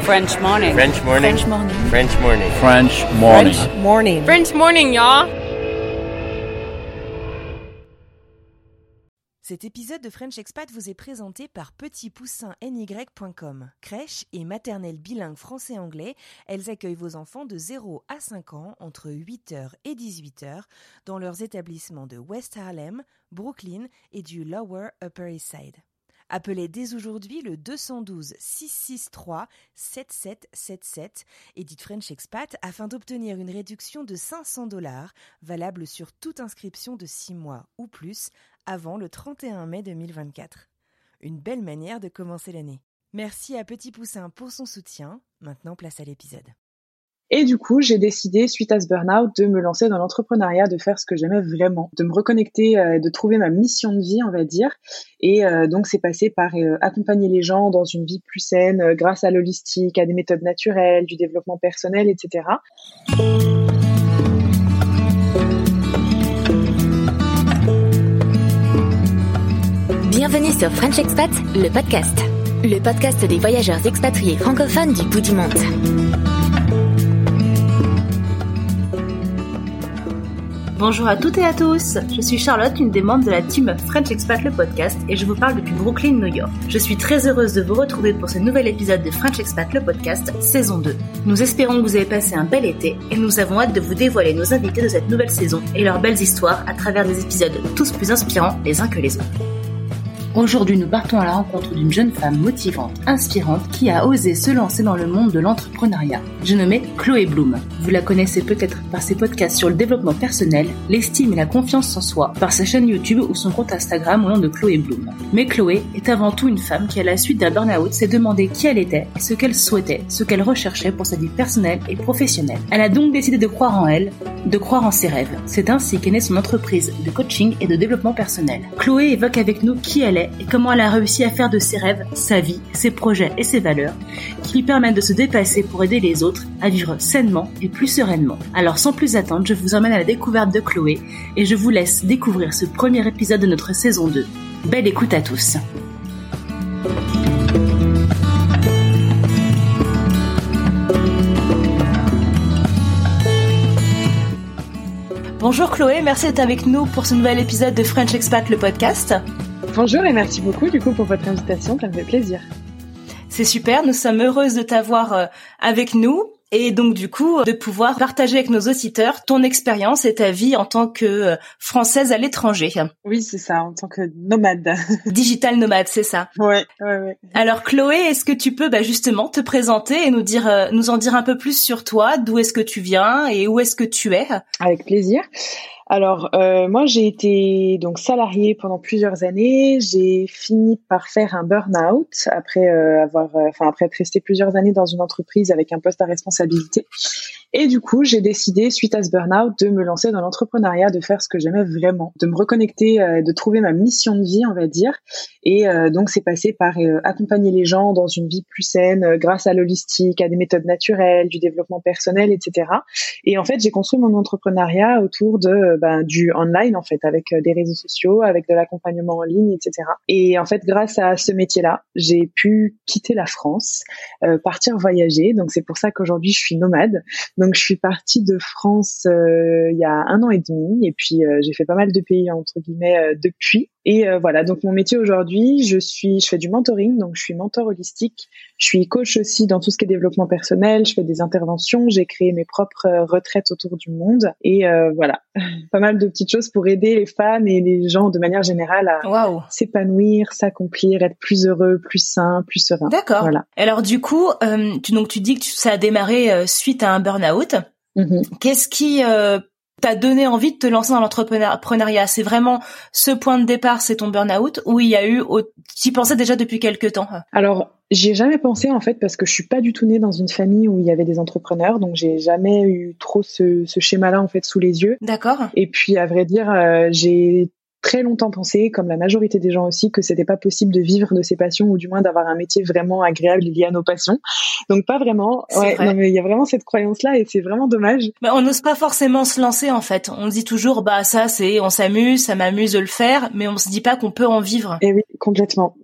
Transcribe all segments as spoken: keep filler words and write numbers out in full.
French morning. French morning. French morning. French morning. French morning. French morning. French morning, y'all. Cet épisode de French Expat vous est présenté par petit poussin n y point com. Crèche et maternelle bilingue français-anglais, elles accueillent vos enfants de zéro à cinq ans entre huit heures et dix-huit heures dans leurs établissements de West Harlem, Brooklyn et du Lower Upper East Side. Appelez dès aujourd'hui le deux un deux, six six trois, sept sept sept sept et dites French Expat afin d'obtenir une réduction de cinq cents dollars valable sur toute inscription de six mois ou plus avant le trente et un mai deux mille vingt-quatre. Une belle manière de commencer l'année. Merci à Petit Poussin pour son soutien. Maintenant, place à l'épisode. Et du coup, j'ai décidé, suite à ce burn-out, de me lancer dans l'entrepreneuriat, de faire ce que j'aimais vraiment, de me reconnecter, euh, de trouver ma mission de vie, on va dire. Et euh, donc, c'est passé par euh, accompagner les gens dans une vie plus saine, euh, grâce à l'holistique, à des méthodes naturelles, du développement personnel, et cetera. Bienvenue sur French Expat, le podcast. Le podcast des voyageurs expatriés francophones du bout du monde. Bonjour à toutes et à tous, je suis Charlotte, une des membres de la team French Expat le podcast et je vous parle depuis Brooklyn, New York. Je suis très heureuse de vous retrouver pour ce nouvel épisode de French Expat le podcast, saison deux. Nous espérons que vous avez passé un bel été et nous avons hâte de vous dévoiler nos invités de cette nouvelle saison et leurs belles histoires à travers des épisodes tous plus inspirants les uns que les autres. Aujourd'hui, nous partons à la rencontre d'une jeune femme motivante, inspirante, qui a osé se lancer dans le monde de l'entrepreneuriat. J'ai nommé Chloé Bloom. Vous la connaissez peut-être par ses podcasts sur le développement personnel, l'estime et la confiance en soi, par sa chaîne YouTube ou son compte Instagram au nom de Chloé Bloom. Mais Chloé est avant tout une femme qui, à la suite d'un burn-out, s'est demandé qui elle était et ce qu'elle souhaitait, ce qu'elle recherchait pour sa vie personnelle et professionnelle. Elle a donc décidé de croire en elle, de croire en ses rêves. C'est ainsi qu'est née son entreprise de coaching et de développement personnel. Chloé évoque avec nous qui elle est et comment elle a réussi à faire de ses rêves, sa vie, ses projets et ses valeurs qui lui permettent de se dépasser pour aider les autres à vivre sainement et plus sereinement. Alors sans plus attendre, je vous emmène à la découverte de Chloé et je vous laisse découvrir ce premier épisode de notre saison deux. Belle écoute à tous. Bonjour Chloé, merci d'être avec nous pour ce nouvel épisode de French Expat le podcast. Bonjour et merci beaucoup du coup pour votre invitation, ça me fait plaisir. C'est super, nous sommes heureuses de t'avoir euh, avec nous et donc du coup de pouvoir partager avec nos auditeurs ton expérience et ta vie en tant que euh, Française à l'étranger. Oui, c'est ça, en tant que nomade. Digital nomade, c'est ça. Ouais, ouais, ouais. Alors Chloé, est-ce que tu peux bah, justement te présenter et nous dire, euh, nous en dire un peu plus sur toi, d'où est-ce que tu viens et où est-ce que tu es ? Avec plaisir. Alors, euh, moi, j'ai été donc salariée pendant plusieurs années. J'ai fini par faire un burn-out après euh, avoir, euh, enfin après être restée plusieurs années dans une entreprise avec un poste à responsabilité. Et du coup, j'ai décidé, suite à ce burn-out, de me lancer dans l'entrepreneuriat, de faire ce que j'aimais vraiment, de me reconnecter, euh, de trouver ma mission de vie, on va dire. Et euh, donc, c'est passé par euh, accompagner les gens dans une vie plus saine, euh, grâce à l'holistique, à des méthodes naturelles, du développement personnel, et cetera. Et en fait, j'ai construit mon entrepreneuriat autour de euh, ben, du online, en fait, avec euh, des réseaux sociaux, avec de l'accompagnement en ligne, et cetera. Et en fait, grâce à ce métier-là, j'ai pu quitter la France, euh, partir voyager. Donc, c'est pour ça qu'aujourd'hui, je suis nomade. Donc, je suis partie de France euh, il y a un an et demi et puis euh, j'ai fait pas mal de pays entre guillemets euh, depuis. Et euh, voilà, donc mon métier aujourd'hui, je suis, je fais du mentoring, donc je suis mentor holistique. Je suis coach aussi dans tout ce qui est développement personnel. Je fais des interventions. J'ai créé mes propres retraites autour du monde et euh, voilà, pas mal de petites choses pour aider les femmes et les gens de manière générale à wow. s'épanouir, s'accomplir, être plus heureux, plus sain, plus serein. D'accord. Voilà. Alors du coup, euh, tu donc tu dis que tu, ça a démarré euh, suite à un burn-out. Mm-hmm. Qu'est-ce qui euh, t'a donné envie de te lancer dans l'entrepreneuriat ? C'est vraiment ce point de départ, c'est ton burn-out, ou il y a eu, tu y pensais déjà depuis quelque temps ? Alors, j'y ai jamais pensé en fait parce que je suis pas du tout née dans une famille où il y avait des entrepreneurs, donc j'ai jamais eu trop ce, ce schéma-là en fait sous les yeux. D'accord. Et puis à vrai dire, euh, j'ai très longtemps pensé, comme la majorité des gens aussi, que c'était pas possible de vivre de ses passions ou du moins d'avoir un métier vraiment agréable lié à nos passions. Donc pas vraiment. C'est ouais, vrai. Non mais il y a vraiment cette croyance-là et c'est vraiment dommage. Mais on n'ose pas forcément se lancer en fait. On dit toujours bah ça c'est on s'amuse, ça m'amuse de le faire, mais on se dit pas qu'on peut en vivre. Et oui, complètement.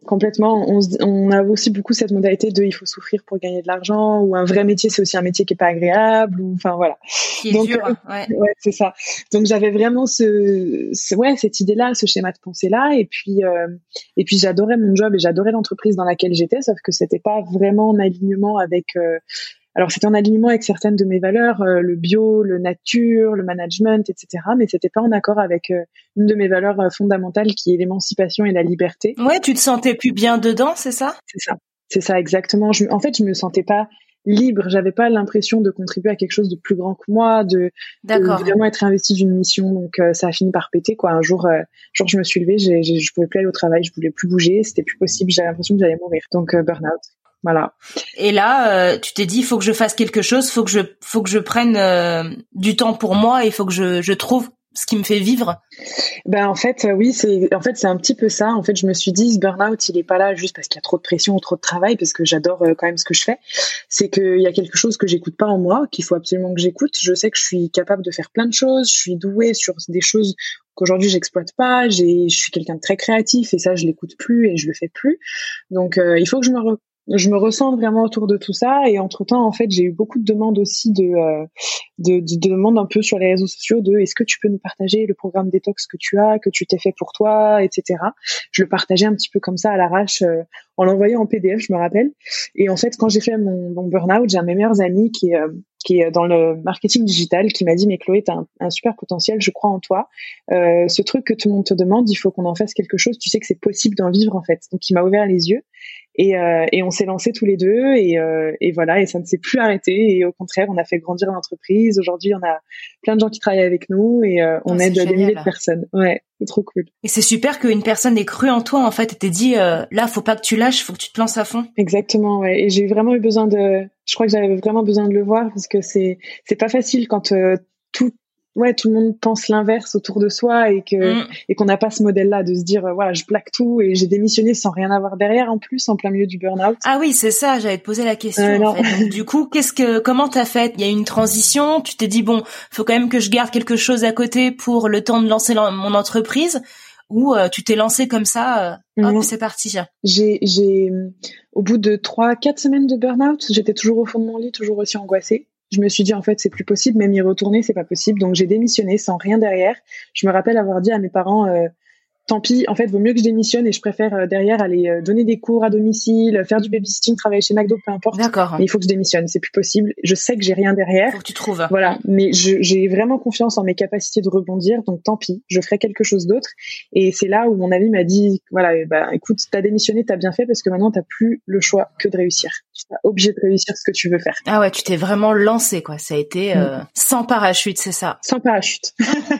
complètement. On, on a aussi beaucoup cette modalité de il faut souffrir pour gagner de l'argent, ou un vrai métier, c'est aussi un métier qui est pas agréable, ou enfin voilà. Qui est Donc, dur, euh, ouais. ouais, c'est ça. Donc j'avais vraiment ce, ce ouais cette idée-là, ce schéma de pensée-là, et puis euh, et puis j'adorais mon job et j'adorais l'entreprise dans laquelle j'étais, sauf que c'était pas vraiment en alignement avec. Euh, Alors c'était en alignement avec certaines de mes valeurs, euh, le bio, le nature, le management, et cetera. Mais c'était pas en accord avec euh, une de mes valeurs euh, fondamentales qui est l'émancipation et la liberté. Ouais, tu te sentais plus bien dedans, c'est ça? C'est ça, c'est ça exactement. Je, en fait, je me sentais pas libre. J'avais pas l'impression de contribuer à quelque chose de plus grand que moi, de, de vraiment être investie d'une mission. Donc euh, ça a fini par péter quoi. Un jour, euh, jour je me suis levée, j'ai, j'ai, je pouvais plus aller au travail, je voulais plus bouger, c'était plus possible. J'avais l'impression que j'allais mourir. Donc euh, burn-out. Voilà. Et là, euh, tu t'es dit, il faut que je fasse quelque chose, faut que je, faut que je prenne euh, du temps pour moi, il faut que je, je trouve ce qui me fait vivre. Ben en fait, oui, c'est, en fait, c'est un petit peu ça. En fait, je me suis dit, ce burn-out, il est pas là juste parce qu'il y a trop de pression ou trop de travail, parce que j'adore euh, quand même ce que je fais. C'est qu'il y a quelque chose que j'écoute pas en moi, qu'il faut absolument que j'écoute. Je sais que je suis capable de faire plein de choses. Je suis douée sur des choses qu'aujourd'hui j'exploite pas. J'ai, je suis quelqu'un de très créatif et ça, je l'écoute plus et je le fais plus. Donc, euh, il faut que je me re- je me ressens vraiment autour de tout ça, et entre temps en fait j'ai eu beaucoup de demandes aussi de, euh, de, de, de demandes un peu sur les réseaux sociaux de est-ce que tu peux nous partager le programme détox que tu as, que tu t'es fait pour toi, et cetera. Je le partageais un petit peu comme ça à l'arrache, euh, en l'envoyant en P D F, je me rappelle. Et en fait quand j'ai fait mon, mon burn-out, j'ai un de mes meilleurs amis qui est euh, qui est dans le marketing digital, qui m'a dit mais Chloé, t'as un, un super potentiel, je crois en toi. Euh, ce truc que tout le monde te demande, il faut qu'on en fasse quelque chose. Tu sais que c'est possible d'en vivre en fait. Donc il m'a ouvert les yeux. Et, euh, et on s'est lancés tous les deux et, euh, et voilà, et ça ne s'est plus arrêté, et au contraire on a fait grandir l'entreprise. Aujourd'hui on a plein de gens qui travaillent avec nous et euh, on oh, aide des milliers de personnes. Ouais, c'est trop cool. Et c'est super qu'une personne ait cru en toi en fait et t'ait dit euh, là faut pas que tu lâches, faut que tu te lances à fond. Exactement, ouais. Et j'ai vraiment eu besoin de, je crois que j'avais vraiment besoin de le voir, parce que c'est c'est pas facile quand euh, tout ouais, tout le monde pense l'inverse autour de soi, et que mm. et qu'on n'a pas ce modèle-là de se dire euh, voilà, je plaque tout et j'ai démissionné sans rien avoir derrière, en plus en plein milieu du burn-out. Ah oui, c'est ça, j'allais te poser la question euh, en fait. Donc, du coup, qu'est-ce que comment t'as fait? Il y a eu une transition, tu t'es dit bon, faut quand même que je garde quelque chose à côté pour le temps de lancer mon entreprise, ou euh, tu t'es lancé comme ça, euh, hop, mm. c'est parti. J'ai j'ai au bout de trois quatre semaines de burn-out, j'étais toujours au fond de mon lit, toujours aussi angoissée. Je me suis dit, en fait, c'est plus possible, même y retourner, c'est pas possible. Donc, j'ai démissionné sans rien derrière. Je me rappelle avoir dit à mes parents, euh, tant pis, en fait, vaut mieux que je démissionne, et je préfère euh, derrière aller euh, donner des cours à domicile, faire du babysitting, travailler chez McDo, peu importe. D'accord. Mais il faut que je démissionne, c'est plus possible. Je sais que j'ai rien derrière. Faut que tu trouves. Voilà. Mais je, j'ai vraiment confiance en mes capacités de rebondir. Donc, tant pis, je ferai quelque chose d'autre. Et c'est là où mon ami m'a dit, voilà, bah, écoute, t'as démissionné, t'as bien fait, parce que maintenant, t'as plus le choix que de réussir. Tu es obligé de réussir ce que tu veux faire. Ah ouais, tu t'es vraiment lancé, quoi. Ça a été euh, mmh. sans parachute, c'est ça. Sans parachute.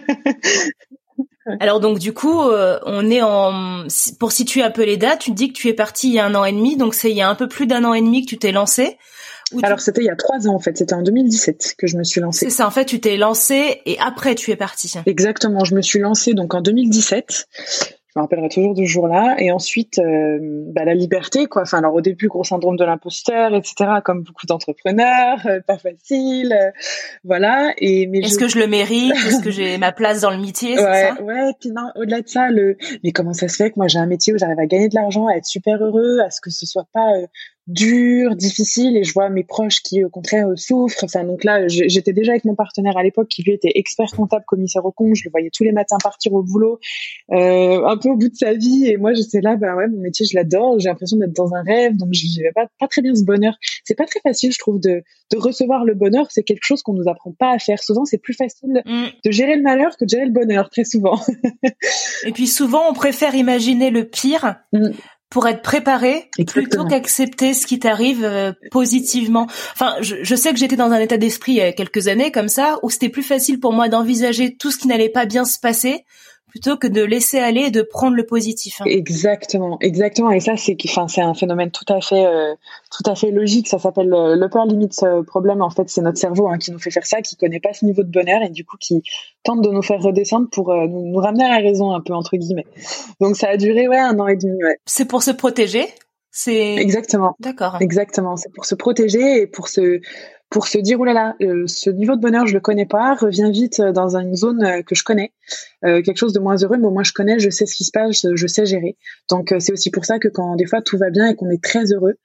Alors donc du coup, euh, on est en pour situer un peu les dates. Tu te dis que tu es partie il y a un an et demi, donc c'est il y a un peu plus d'un an et demi que tu t'es lancée. Alors tu... c'était il y a trois ans en fait, c'était en deux mille dix-sept que je me suis lancée. C'est ça, en fait, tu t'es lancée et après tu es partie. Exactement, je me suis lancée donc en deux mille dix-sept. Je me rappellerai toujours de ce jour-là. Et ensuite, euh, bah, la liberté, quoi. Enfin, alors au début, gros syndrome de l'imposteur, et cetera. Comme beaucoup d'entrepreneurs, euh, pas facile, euh, voilà. Et mais est-ce je... que je le mérite? Est-ce que j'ai ma place dans le métier? C'est ouais, ça ouais. Puis non, au-delà de ça, le. Mais comment ça se fait que moi j'ai un métier où j'arrive à gagner de l'argent, à être super heureux, à ce que ce soit pas euh, dur, difficile, et je vois mes proches qui au contraire euh, souffrent. Enfin, donc là, j'étais déjà avec mon partenaire à l'époque qui lui était expert comptable, commissaire aux comptes. Je le voyais tous les matins partir au boulot. Euh, un peu au bout de sa vie, et moi j'étais là, bah ouais, mon métier je l'adore, j'ai l'impression d'être dans un rêve, donc je vivais pas pas très bien ce bonheur. C'est pas très facile, je trouve, de de recevoir le bonheur. C'est quelque chose qu'on nous apprend pas à faire. Souvent c'est plus facile mm. de gérer le malheur que de gérer le bonheur, très souvent. Et puis souvent on préfère imaginer le pire mm. pour être préparé. Exactement. Plutôt qu'accepter ce qui t'arrive euh, positivement. Enfin, je, je sais que j'étais dans un état d'esprit il y a quelques années comme ça, où c'était plus facile pour moi d'envisager tout ce qui n'allait pas bien se passer, plutôt que de laisser aller et de prendre le positif. Hein. Exactement, exactement. Et ça, c'est, enfin, c'est un phénomène tout à fait, euh, tout à fait logique. Ça s'appelle euh, l'upper limit problem. En fait, c'est notre cerveau hein, qui nous fait faire ça, qui connaît pas ce niveau de bonheur et du coup qui tente de nous faire redescendre pour euh, nous, nous ramener à la raison un peu entre guillemets. Donc ça a duré ouais un an et demi. Ouais. C'est pour se protéger. C'est exactement. D'accord. Exactement. C'est pour se protéger et pour se pour se dire, oh là là, euh, ce niveau de bonheur, je le connais pas, reviens vite dans une zone euh, que je connais, euh, quelque chose de moins heureux, mais au moins je connais, je sais ce qui se passe, je sais gérer. Donc euh, c'est aussi pour ça que quand des fois tout va bien et qu'on est très heureux,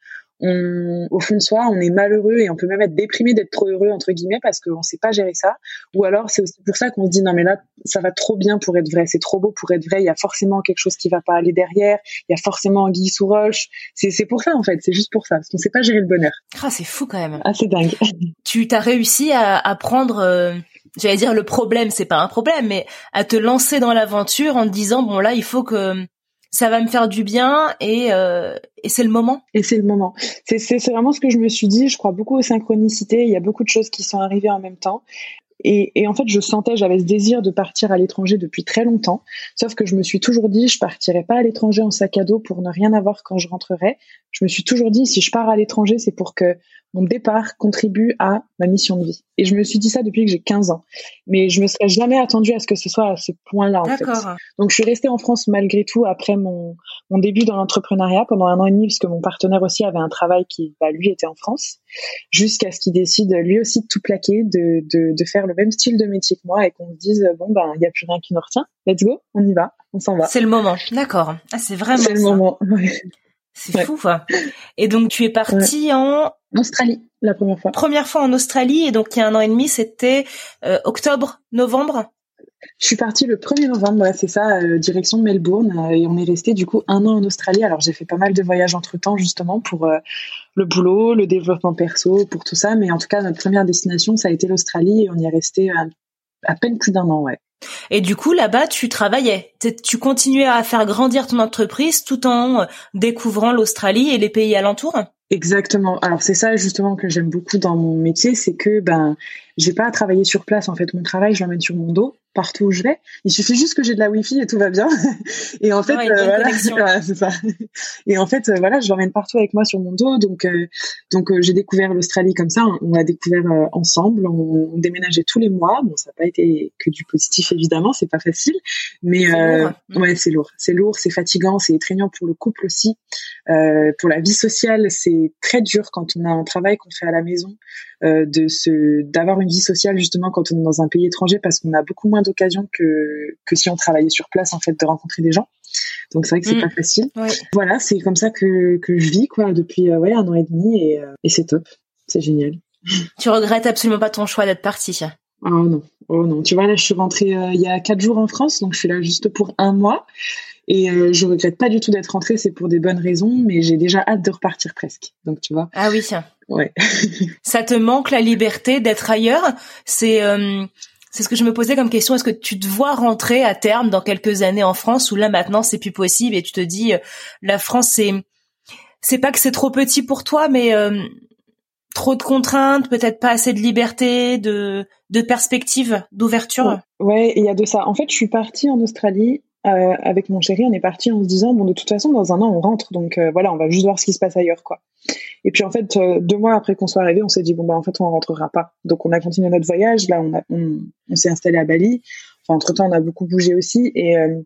on, au fond de soi, on est malheureux et on peut même être déprimé d'être trop heureux, entre guillemets, parce qu'on sait pas gérer ça. Ou alors, c'est aussi pour ça qu'on se dit, non, mais là, ça va trop bien pour être vrai. C'est trop beau pour être vrai. Il y a forcément quelque chose qui va pas aller derrière. Il y a forcément anguille sous roche. C'est, c'est pour ça, en fait. C'est juste pour ça. Parce qu'on sait pas gérer le bonheur. Ah, c'est fou quand même. Ah, c'est dingue. Tu t'as réussi à, à prendre, euh, j'allais dire le problème, c'est pas un problème, mais à te lancer dans l'aventure en te disant, bon là, il faut que ça va me faire du bien et euh, et c'est le moment. Et c'est le moment. C'est, c'est c'est vraiment ce que je me suis dit. Je crois beaucoup aux synchronicités. Il y a beaucoup de choses qui sont arrivées en même temps. Et, et en fait, je sentais, j'avais ce désir de partir à l'étranger depuis très longtemps. Sauf que je me suis toujours dit, je partirai pas à l'étranger en sac à dos pour ne rien avoir quand je rentrerai. Je me suis toujours dit, si je pars à l'étranger, c'est pour que mon départ contribue à ma mission de vie. Et je me suis dit ça depuis que j'ai quinze ans. Mais je me serais jamais attendue à ce que ce soit à ce point-là, en D'accord. fait. Donc, je suis restée en France malgré tout après mon, mon début dans l'entrepreneuriat pendant un an et demi, parce que mon partenaire aussi avait un travail qui, bah, lui, était en France, jusqu'à ce qu'il décide, lui aussi, de tout plaquer, de, de, de faire le même style de métier que moi et qu'on se dise, bon, ben, il n'y a plus rien qui nous retient. Let's go, on y va, on s'en va. C'est le moment. D'accord. Ah, c'est vraiment C'est le ça. moment. Ouais. C'est Ouais. fou, quoi. Et donc, tu es partie ouais. en... Australie, la première fois. Première fois en Australie, et donc il y a un an et demi, c'était euh, octobre, novembre. Je suis partie le premier novembre, ouais, c'est ça, euh, direction Melbourne, euh, et on est resté du coup un an en Australie. Alors j'ai fait pas mal de voyages entre-temps justement pour euh, le boulot, le développement perso, pour tout ça, mais en tout cas notre première destination ça a été l'Australie et on y est resté à, à peine plus d'un an, ouais. Et du coup, là-bas, tu travaillais, tu continuais à faire grandir ton entreprise tout en découvrant l'Australie et les pays alentours. Exactement. Alors c'est ça justement que j'aime beaucoup dans mon métier, c'est que ben j'ai pas à travailler sur place en fait. Mon travail, je l'emmène sur mon dos partout où je vais. Il suffit juste que j'ai de la Wi-Fi et tout va bien. Et en fait, ouais, euh, voilà, ouais, c'est ça. Et en fait, euh, voilà, je l'emmène partout avec moi sur mon dos. Donc, euh, donc euh, j'ai découvert l'Australie comme ça. On l'a découvert euh, ensemble. On, on déménageait tous les mois. Bon, ça n'a pas été que du positif évidemment, c'est pas facile, mais c'est euh, lourd. ouais, c'est lourd, c'est lourd, c'est fatigant, c'est étreignant pour le couple aussi. Euh, pour la vie sociale, c'est très dur quand on a un travail qu'on fait à la maison, euh, de se, d'avoir une vie sociale justement quand on est dans un pays étranger, parce qu'on a beaucoup moins d'occasions que que si on travaillait sur place en fait, de rencontrer des gens. Donc c'est vrai que c'est mmh. pas facile. Oui. Voilà, c'est comme ça que que je vis quoi depuis euh, ouais un an et demi et euh, et c'est top, c'est génial. Tu regrettes absolument pas ton choix d'être partie? Oh non, oh non. Tu vois là, je suis rentrée euh, il y a quatre jours en France, donc je suis là juste pour un mois. Et euh, je regrette pas du tout d'être rentrée, c'est pour des bonnes raisons, mais j'ai déjà hâte de repartir presque. Donc tu vois. Ah oui. Ouais. Ça te manque la liberté d'être ailleurs? C'est euh, c'est ce que je me posais comme question. Est-ce que tu te vois rentrer à terme dans quelques années en France, ou là maintenant c'est plus possible et tu te dis euh, la France c'est c'est pas que c'est trop petit pour toi, mais euh, trop de contraintes, peut-être pas assez de liberté, de de perspective, d'ouverture. Ouais, il y a de ça. En fait, je suis partie en Australie. Euh, avec mon chéri, on est parti en se disant bon, de toute façon dans un an on rentre, donc euh, voilà, on va juste voir ce qui se passe ailleurs quoi. Et puis en fait euh, deux mois après qu'on soit arrivé, on s'est dit bon bah en fait on rentrera pas, donc on a continué notre voyage. Là on a on, on s'est installé à Bali. Enfin entre temps on a beaucoup bougé aussi et euh,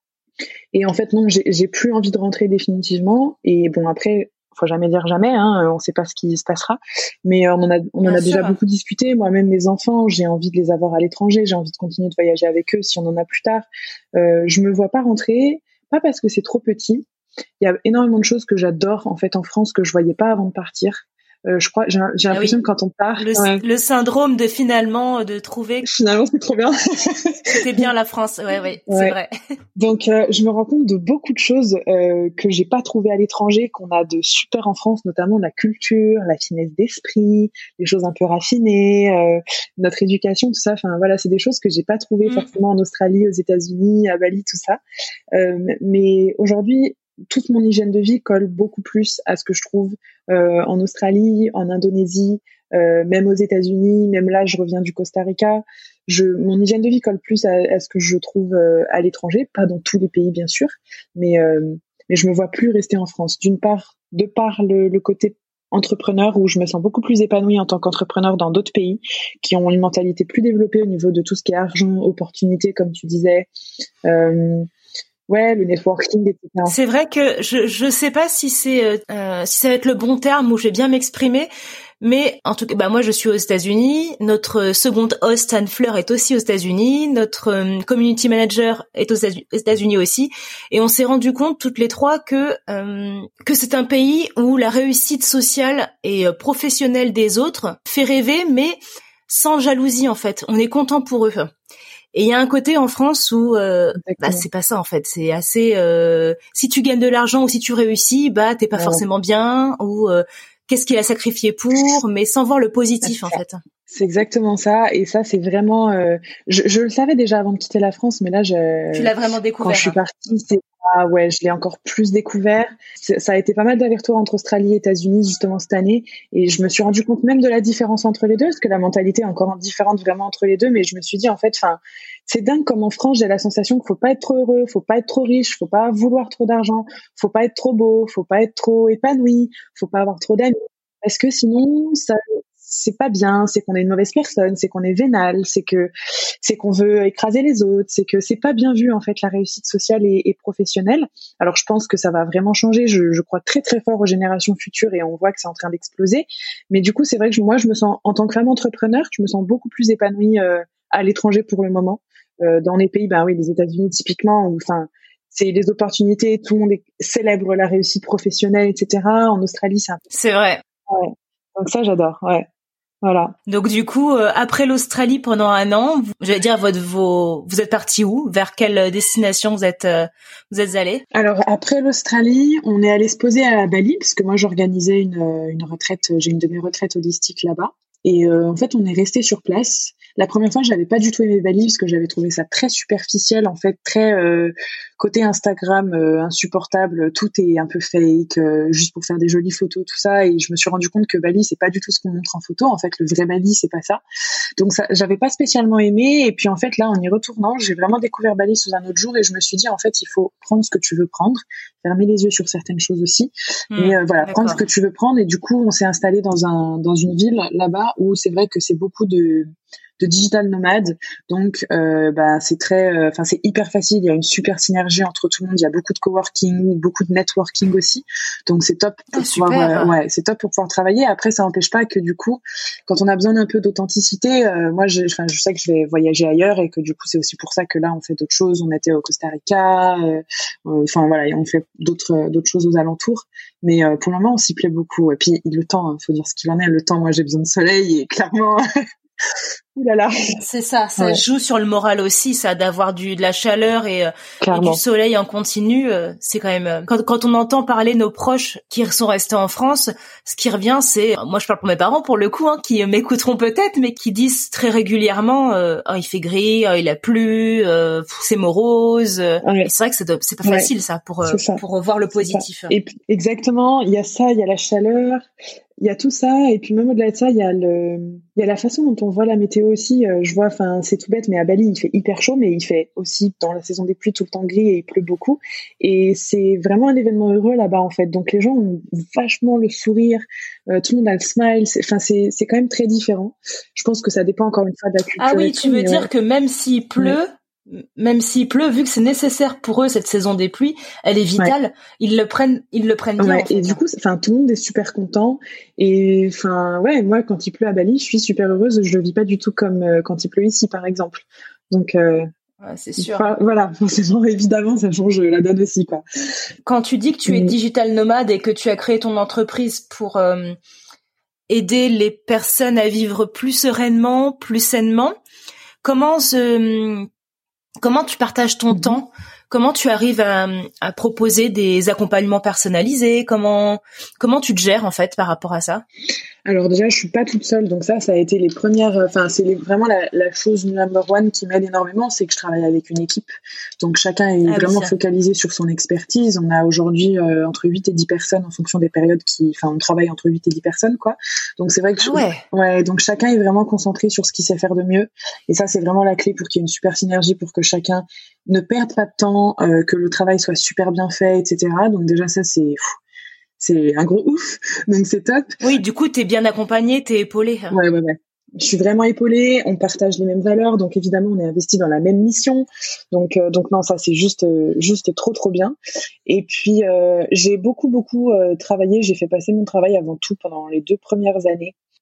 et en fait non, j'ai j'ai plus envie de rentrer définitivement. Et bon après, faut jamais dire jamais, hein, on sait pas ce qui se passera, mais on en a on en a déjà beaucoup discuté. Moi-même mes enfants, j'ai envie de les avoir à l'étranger, j'ai envie de continuer de voyager avec eux si on en a plus tard. Euh, je me vois pas rentrer, pas parce que c'est trop petit. Il y a énormément de choses que j'adore en fait en France que je voyais pas avant de partir. Euh, je crois, j'ai, j'ai l'impression ah oui. que quand on part, le, ouais. le syndrome de finalement de trouver finalement c'est trop bien. C'était bien la France, ouais, ouais, c'est ouais. vrai. Donc euh, je me rends compte de beaucoup de choses euh, que j'ai pas trouvées à l'étranger, qu'on a de super en France, notamment la culture, la finesse d'esprit, les choses un peu raffinées, euh, notre éducation, tout ça. Enfin voilà, c'est des choses que j'ai pas trouvées mmh. forcément en Australie, aux États-Unis, à Bali, tout ça. Euh, mais aujourd'hui, toute mon hygiène de vie colle beaucoup plus à ce que je trouve euh, en Australie, en Indonésie, euh, même aux États-Unis, même là je reviens du Costa Rica. Je, mon hygiène de vie colle plus à, à ce que je trouve euh, à l'étranger, pas dans tous les pays bien sûr, mais euh, mais je me vois plus rester en France. D'une part, de par le, le côté entrepreneur où je me sens beaucoup plus épanouie en tant qu'entrepreneur dans d'autres pays qui ont une mentalité plus développée au niveau de tout ce qui est argent, opportunités comme tu disais. Euh, Ouais, le networking, et cetera. C'est vrai que je je sais pas si c'est euh, si ça va être le bon terme ou je vais bien m'exprimer, Mais en tout cas, bah moi je suis aux États-Unis. Notre seconde host Anne Fleur est aussi aux États-Unis. Notre euh, community manager est aux États-Unis aussi. Et on s'est rendu compte toutes les trois que euh, que c'est un pays où la réussite sociale et euh, professionnelle des autres fait rêver, mais sans jalousie en fait. On est content pour eux. Et il y a un côté en France où euh, bah c'est pas ça en fait, c'est assez euh, si tu gagnes de l'argent ou si tu réussis, bah t'es pas ouais. forcément bien ou euh, qu'est-ce qu'il a sacrifié pour, mais sans voir le positif en fait. C'est exactement ça, et ça c'est vraiment euh, je, je le savais déjà avant de quitter la France, mais là je Tu l'as vraiment découvert. Quand je suis partie, c'est ah ouais, je l'ai encore plus découvert. C'est, ça a été pas mal d'allers-retours entre Australie et États-Unis justement cette année, et je me suis rendu compte même de la différence entre les deux, parce que la mentalité est encore différente vraiment entre les deux. Mais je me suis dit en fait, enfin, c'est dingue comme en France j'ai la sensation qu'il faut pas être trop heureux, faut pas être trop riche, faut pas vouloir trop d'argent, faut pas être trop beau, faut pas être trop épanoui, faut pas avoir trop d'amis, parce que sinon ça c'est pas bien, c'est qu'on est une mauvaise personne, c'est qu'on est vénal, c'est que c'est qu'on veut écraser les autres, c'est que c'est pas bien vu en fait la réussite sociale et, et professionnelle. Alors je pense que ça va vraiment changer, je, je crois très très fort aux générations futures et on voit que c'est en train d'exploser. Mais du coup c'est vrai que je, moi je me sens en tant que femme entrepreneur, je me sens beaucoup plus épanouie euh, à l'étranger pour le moment, euh, dans les pays, ben oui les États-Unis typiquement, où enfin c'est les opportunités, tout le monde est, célèbre la réussite professionnelle, et cetera. En Australie c'est un peu... C'est vrai. Ouais. Donc ça j'adore, ouais. Voilà. Donc du coup, euh, après l'Australie pendant un an, vous, j'allais dire votre vos, vous êtes parti où? Vers quelle destination vous êtes euh, vous êtes allé? Alors après l'Australie, on est allé se poser à Bali parce que moi j'organisais une une retraite, j'ai une de mes retraites holistiques là-bas. Et euh, en fait, on est resté sur place. La première fois, j'avais pas du tout aimé Bali parce que j'avais trouvé ça très superficiel, en fait, très euh, côté Instagram euh, insupportable. Tout est un peu fake, euh, juste pour faire des jolies photos, tout ça. Et je me suis rendu compte que Bali, c'est pas du tout ce qu'on montre en photo. En fait, le vrai Bali, c'est pas ça. Donc, ça, j'avais pas spécialement aimé. Et puis, en fait, là, en y retournant, j'ai vraiment découvert Bali sous un autre jour et je me suis dit, en fait, il faut prendre ce que tu veux prendre, fermer les yeux sur certaines choses aussi. Mmh, mais euh, voilà, d'accord. Prendre ce que tu veux prendre. Et du coup, on s'est installé dans un dans une ville là-bas où c'est vrai que c'est beaucoup de de digital nomades, donc euh, bah c'est très, enfin euh, c'est hyper facile. Il y a une super synergie entre tout le monde. Il y a beaucoup de coworking, beaucoup de networking aussi, donc c'est top pour ah, pouvoir, euh, ouais, c'est top pour pouvoir travailler. Après, ça n'empêche pas que du coup, quand on a besoin d'un peu d'authenticité, euh, moi, enfin, je sais que je vais voyager ailleurs et que du coup, c'est aussi pour ça que là, on fait d'autres choses. On était au Costa Rica, enfin euh, voilà, et on fait d'autres d'autres choses aux alentours. Mais euh, pour le moment, on s'y plaît beaucoup. Et puis le temps, il hein, faut dire ce qu'il en est. Le temps, moi, j'ai besoin de soleil et clairement. Ouh là là. C'est ça, ça ouais. joue sur le moral aussi, ça, d'avoir du de la chaleur et, et du soleil en continu. Euh, c'est quand même quand quand on entend parler nos proches qui sont restés en France, ce qui revient, c'est moi je parle pour mes parents pour le coup, hein, qui m'écouteront peut-être, mais qui disent très régulièrement, euh, oh il fait gris, oh, il a plu, euh, c'est morose. Ouais. Et c'est vrai que c'est c'est pas facile ouais. ça pour euh, ça. pour voir le positif. Et puis, exactement, il y a ça, il y a la chaleur. Il y a tout ça, et puis même au-delà de ça, il y a le, il y a la façon dont on voit la météo aussi. Euh, je vois, enfin, c'est tout bête, mais à Bali, il fait hyper chaud, mais il fait aussi, dans la saison des pluies, tout le temps gris et il pleut beaucoup. Et c'est vraiment un événement heureux là-bas, en fait. Donc les gens ont vachement le sourire, euh, tout le monde a le smile. Enfin, c'est, c'est quand même très différent. Je pense que ça dépend encore une fois de la culture. Ah oui, tu tout, veux dire ouais. que même s'il pleut, ouais. Même s'il pleut, vu que c'est nécessaire pour eux cette saison des pluies, elle est vitale. Ouais. Ils le prennent, ils le prennent bien. Ouais, en fait. Et du coup, enfin, tout le monde est super content. Et enfin, ouais, moi, quand il pleut à Bali, je suis super heureuse. Je le vis pas du tout comme euh, quand il pleut ici, par exemple. Donc, euh, ouais, c'est sûr. Enfin, voilà, forcément, évidemment, ça change la donne aussi, quoi. Quand tu dis que tu es digital nomade et que tu as créé ton entreprise pour euh, aider les personnes à vivre plus sereinement, plus sainement, comment se Comment tu partages ton mmh. temps? Comment tu arrives à, à proposer des accompagnements personnalisés? Comment comment tu te gères en fait par rapport à ça? Alors déjà, je suis pas toute seule, donc ça, ça a été les premières. Enfin, c'est les, vraiment la, la chose number one qui m'aide énormément, c'est que je travaille avec une équipe. Donc chacun est ah, vraiment focalisé sur son expertise. On a aujourd'hui euh, entre huit et dix personnes en fonction des périodes qui. Enfin, on travaille entre huit et dix personnes, quoi. Donc c'est vrai que. Ah ouais. Je, ouais. Donc chacun est vraiment concentré sur ce qu'il sait faire de mieux. Et ça, c'est vraiment la clé pour qu'il y ait une super synergie, pour que chacun ne perde pas de temps, euh, que le travail soit super bien fait, et cetera. Donc déjà, ça, c'est. Pff, c'est un gros ouf, donc c'est top. Oui, du coup, t'es bien accompagnée, t'es épaulée. Ouais, ouais, ouais. Je suis vraiment épaulée, on partage les mêmes valeurs, donc évidemment, on est investi dans la même mission. Donc, euh, donc non, ça, c'est juste, euh, juste trop, trop bien. Et puis, euh, j'ai beaucoup, beaucoup euh, travaillé, j'ai fait passer mon travail avant tout pendant les deux premières années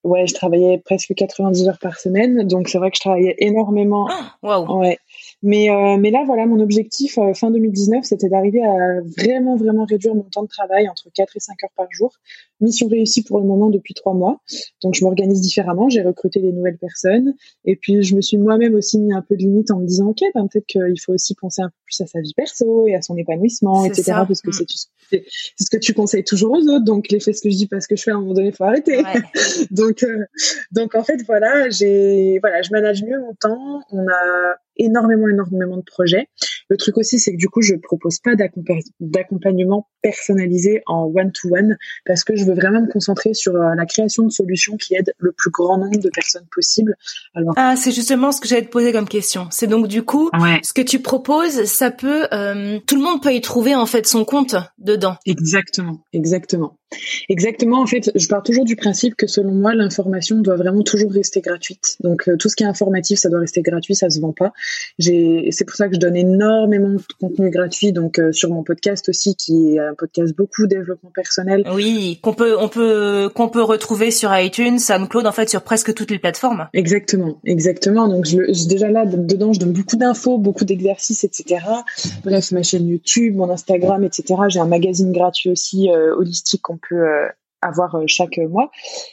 ouais, je travaillais presque quatre-vingt-dix heures par semaine, donc c'est vrai que je travaillais énormément. Waouh. Wow. Ouais. Mais euh, mais là voilà, mon objectif euh, fin deux mille dix-neuf, c'était d'arriver à vraiment vraiment réduire mon temps de travail entre quatre et cinq heures par jour. Mission réussie pour le moment depuis trois mois. Donc je m'organise différemment, j'ai recruté des nouvelles personnes et puis je me suis moi-même aussi mis un peu de limite en me disant OK, ben peut-être qu'il faut aussi penser un peu plus à sa vie perso et à son épanouissement, c'est et cetera. Ça. Parce que mmh. c'est, c'est c'est ce que tu conseilles toujours aux autres. Donc les faits ce que je dis pas ce que je fais à un moment donné, faut arrêter. Ouais. donc euh, donc en fait voilà, j'ai voilà, je manage mieux mon temps. On a énormément, énormément de projets. Le truc aussi, c'est que du coup, je propose pas d'accompa- d'accompagnement personnalisé en one-to-one parce que je veux vraiment me concentrer sur euh, la création de solutions qui aident le plus grand nombre de personnes possible. Alors... Ah, c'est justement ce que j'allais te poser comme question. C'est donc du coup, ouais. ce que tu proposes, ça peut, euh, tout le monde peut y trouver en fait son compte dedans. Exactement, exactement. Exactement, en fait, je pars toujours du principe que selon moi, l'information doit vraiment toujours rester gratuite. Donc, euh, tout ce qui est informatif, ça doit rester gratuit, ça se vend pas. J'ai, c'est pour ça que je donne énormément de contenu gratuit, donc euh, sur mon podcast aussi, qui est un podcast beaucoup développement personnel. Oui, qu'on peut, on peut, qu'on peut retrouver sur iTunes, SoundCloud, en fait, sur presque toutes les plateformes. Exactement, exactement. Donc, je, je, déjà là, dedans, je donne beaucoup d'infos, beaucoup d'exercices, et cetera. Bref, ma chaîne YouTube, mon Instagram, et cetera. J'ai un magazine gratuit aussi, euh, holistique, qu'on peut euh, avoir euh, chaque mois.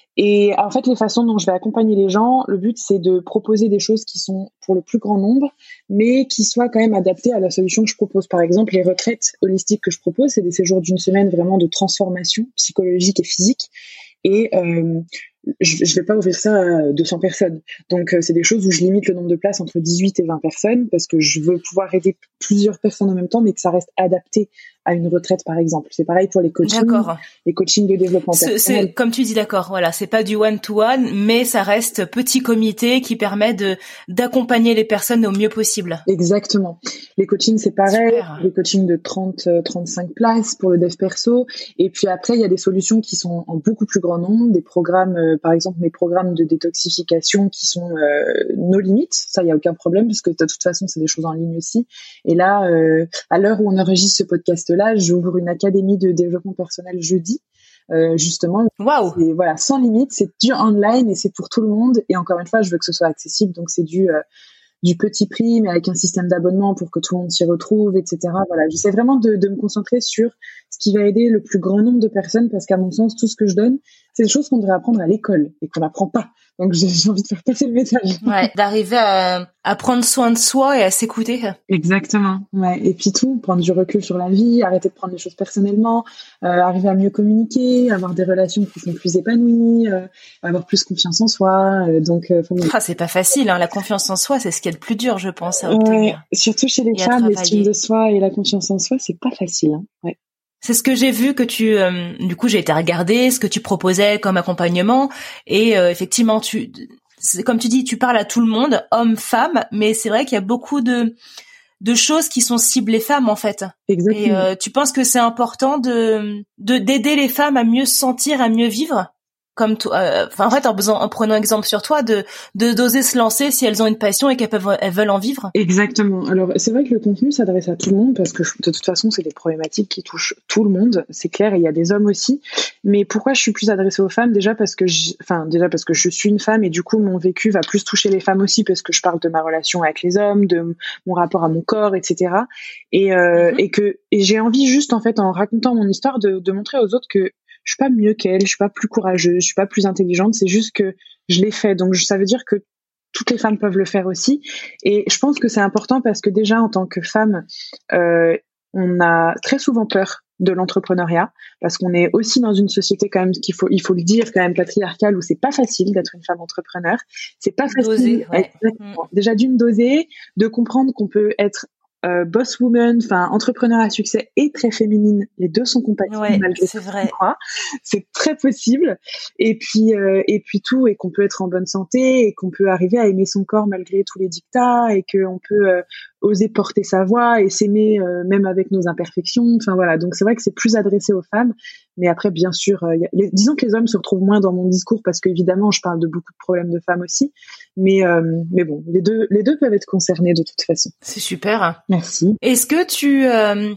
Et en fait, les façons dont je vais accompagner les gens, le but, c'est de proposer des choses qui sont pour le plus grand nombre, mais qui soient quand même adaptées à la solution que je propose. Par exemple, les retraites holistiques que je propose, c'est des séjours d'une semaine vraiment de transformation psychologique et physique. Et euh, je ne vais pas ouvrir ça à deux cents personnes. Donc, euh, c'est des choses où je limite le nombre de places entre dix-huit et vingt personnes parce que je veux pouvoir aider plusieurs personnes en même temps, mais que ça reste adapté à une retraite, par exemple. C'est pareil pour les coachings, d'accord. les coachings de développement c'est, personnel. C'est, comme tu dis, d'accord, voilà, c'est pas du one-to-one, mais ça reste petit comité qui permet de d'accompagner les personnes au mieux possible. Exactement. Les coachings, c'est pareil. Super. Les coachings de trente à trente-cinq places pour le dev perso. Et puis après, il y a des solutions qui sont en beaucoup plus grand nombre, des programmes, euh, par exemple, mes programmes de détoxification qui sont euh, nos limites. Ça, il n'y a aucun problème parce que de toute façon, c'est des choses en ligne aussi. Et là, euh, à l'heure où on enregistre ce podcast-là, là, j'ouvre une académie de développement personnel jeudi, euh, justement. Waouh. C'est, voilà, sans limite, c'est du online et c'est pour tout le monde. Et encore une fois, je veux que ce soit accessible, donc c'est du euh, du petit prix, mais avec un système d'abonnement pour que tout le monde s'y retrouve, et cetera. Voilà, j'essaie vraiment de, de me concentrer sur ce qui va aider le plus grand nombre de personnes, parce qu'à mon sens, tout ce que je donne, c'est des choses qu'on devrait apprendre à l'école et qu'on n'apprend pas. Donc j'ai, j'ai envie de faire passer le message. Ouais, d'arriver à, à prendre soin de soi et à s'écouter. Exactement. Ouais, et puis tout, prendre du recul sur la vie, arrêter de prendre les choses personnellement, euh, arriver à mieux communiquer, avoir des relations qui sont plus épanouies, euh, avoir plus confiance en soi. Euh, donc, euh, faut... ah, c'est pas facile, hein. La confiance en soi, c'est ce qui est le plus dur, je pense, à obtenir. Ouais, surtout chez les femmes, l'estime de soi et la confiance en soi, c'est pas facile. Hein. Ouais. C'est ce que j'ai vu que tu, euh, du coup, j'ai été regarder ce que tu proposais comme accompagnement et euh, effectivement, tu, c'est, comme tu dis, tu parles à tout le monde, hommes, femmes, mais c'est vrai qu'il y a beaucoup de de choses qui sont ciblées femmes en fait. Exactement. Et euh, tu penses que c'est important de de d'aider les femmes à mieux se sentir, à mieux vivre? Comme toi, enfin euh, en fait en, faisant, en prenant exemple sur toi, de de d'oser se lancer si elles ont une passion et qu'elles peuvent elles veulent en vivre. Exactement. Alors c'est vrai que le contenu s'adresse à tout le monde parce que de toute façon c'est des problématiques qui touchent tout le monde, c'est clair. Et il y a des hommes aussi. Mais pourquoi je suis plus adressée aux femmes? Déjà parce que je, enfin déjà parce que je suis une femme et du coup mon vécu va plus toucher les femmes aussi parce que je parle de ma relation avec les hommes, de mon rapport à mon corps, et cetera. Et euh, mm-hmm. et que et j'ai envie juste en fait en racontant mon histoire de, de montrer aux autres que je suis pas mieux qu'elle, je suis pas plus courageuse, je suis pas plus intelligente, c'est juste que je l'ai fait. Donc ça veut dire que toutes les femmes peuvent le faire aussi. Et je pense que c'est important parce que déjà en tant que femme, euh, on a très souvent peur de l'entrepreneuriat parce qu'on est aussi dans une société quand même qu'il faut il faut le dire quand même patriarcale où c'est pas facile d'être une femme entrepreneur. C'est pas facile. Doser, ouais. Exactement. Mmh. Déjà d'une doser, de comprendre qu'on peut être Euh, boss woman, enfin entrepreneur à succès et très féminine, les deux sont compatibles ouais, malgré c'est tout. Vrai. C'est très possible. Et puis euh, et puis tout, et qu'on peut être en bonne santé et qu'on peut arriver à aimer son corps malgré tous les dictats et qu'on peut euh, oser porter sa voix et s'aimer euh, même avec nos imperfections. Enfin voilà, donc c'est vrai que c'est plus adressé aux femmes. Mais après, bien sûr, euh, y a les, disons que les hommes se retrouvent moins dans mon discours parce qu'évidemment, je parle de beaucoup de problèmes de femmes aussi. Mais, euh, mais bon, les deux, les deux peuvent être concernés de toute façon. C'est super. Merci. Est-ce que tu, euh,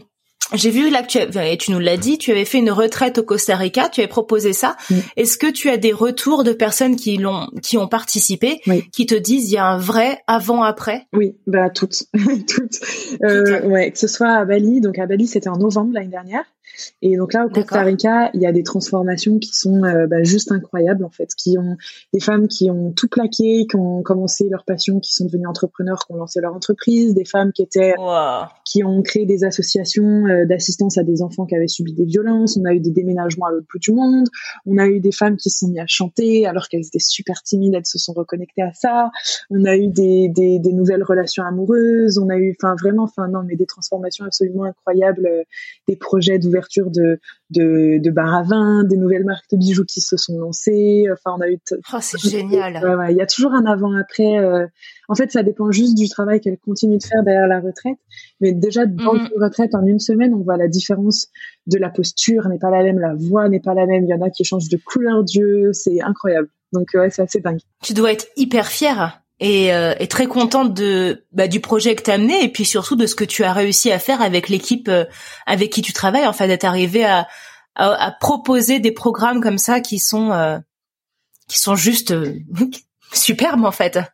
j'ai vu là que tu, et tu nous l'as dit, tu avais fait une retraite au Costa Rica, tu avais proposé ça. Oui. Est-ce que tu as des retours de personnes qui l'ont, qui ont participé, oui. qui te disent il y a un vrai avant-après? Oui, bah toutes, toutes. Euh, ouais, que ce soit à Bali. Donc à Bali, c'était en novembre l'année dernière. Et donc là, au Costa Rica, il y a des transformations qui sont euh, bah, juste incroyables en fait, qui ont des femmes qui ont tout plaqué, qui ont commencé leur passion, qui sont devenues entrepreneurs, qui ont lancé leur entreprise, des femmes qui étaient, wow. qui ont créé des associations euh, d'assistance à des enfants qui avaient subi des violences. On a eu des déménagements à l'autre bout du monde. On a eu des femmes qui se sont mises à chanter alors qu'elles étaient super timides, elles se sont reconnectées à ça. On a eu des des, des nouvelles relations amoureuses. On a eu, enfin vraiment, enfin non, mais des transformations absolument incroyables, euh, des projets d'ouverture de de de bar à vin, des nouvelles marques de bijoux qui se sont lancées. Enfin, on a eu t- oh, c'est génial. Ouais, ouais, il y a toujours un avant après. Euh... En fait, ça dépend juste du travail qu'elle continue de faire derrière la retraite. Mais déjà dans mm-hmm. une retraite en une semaine, on voit la différence de la posture n'est pas la même, la voix n'est pas la même. Il y en a qui changent de couleur d'yeux, c'est incroyable. Donc ouais, c'est assez dingue. Tu dois être hyper fière. Et, euh, et très contente de bah, du projet que t'as amené et puis surtout de ce que tu as réussi à faire avec l'équipe euh, avec qui tu travailles, en fait, d'être arrivé à, à à proposer des programmes comme ça qui sont euh, qui sont juste euh, superbes en fait.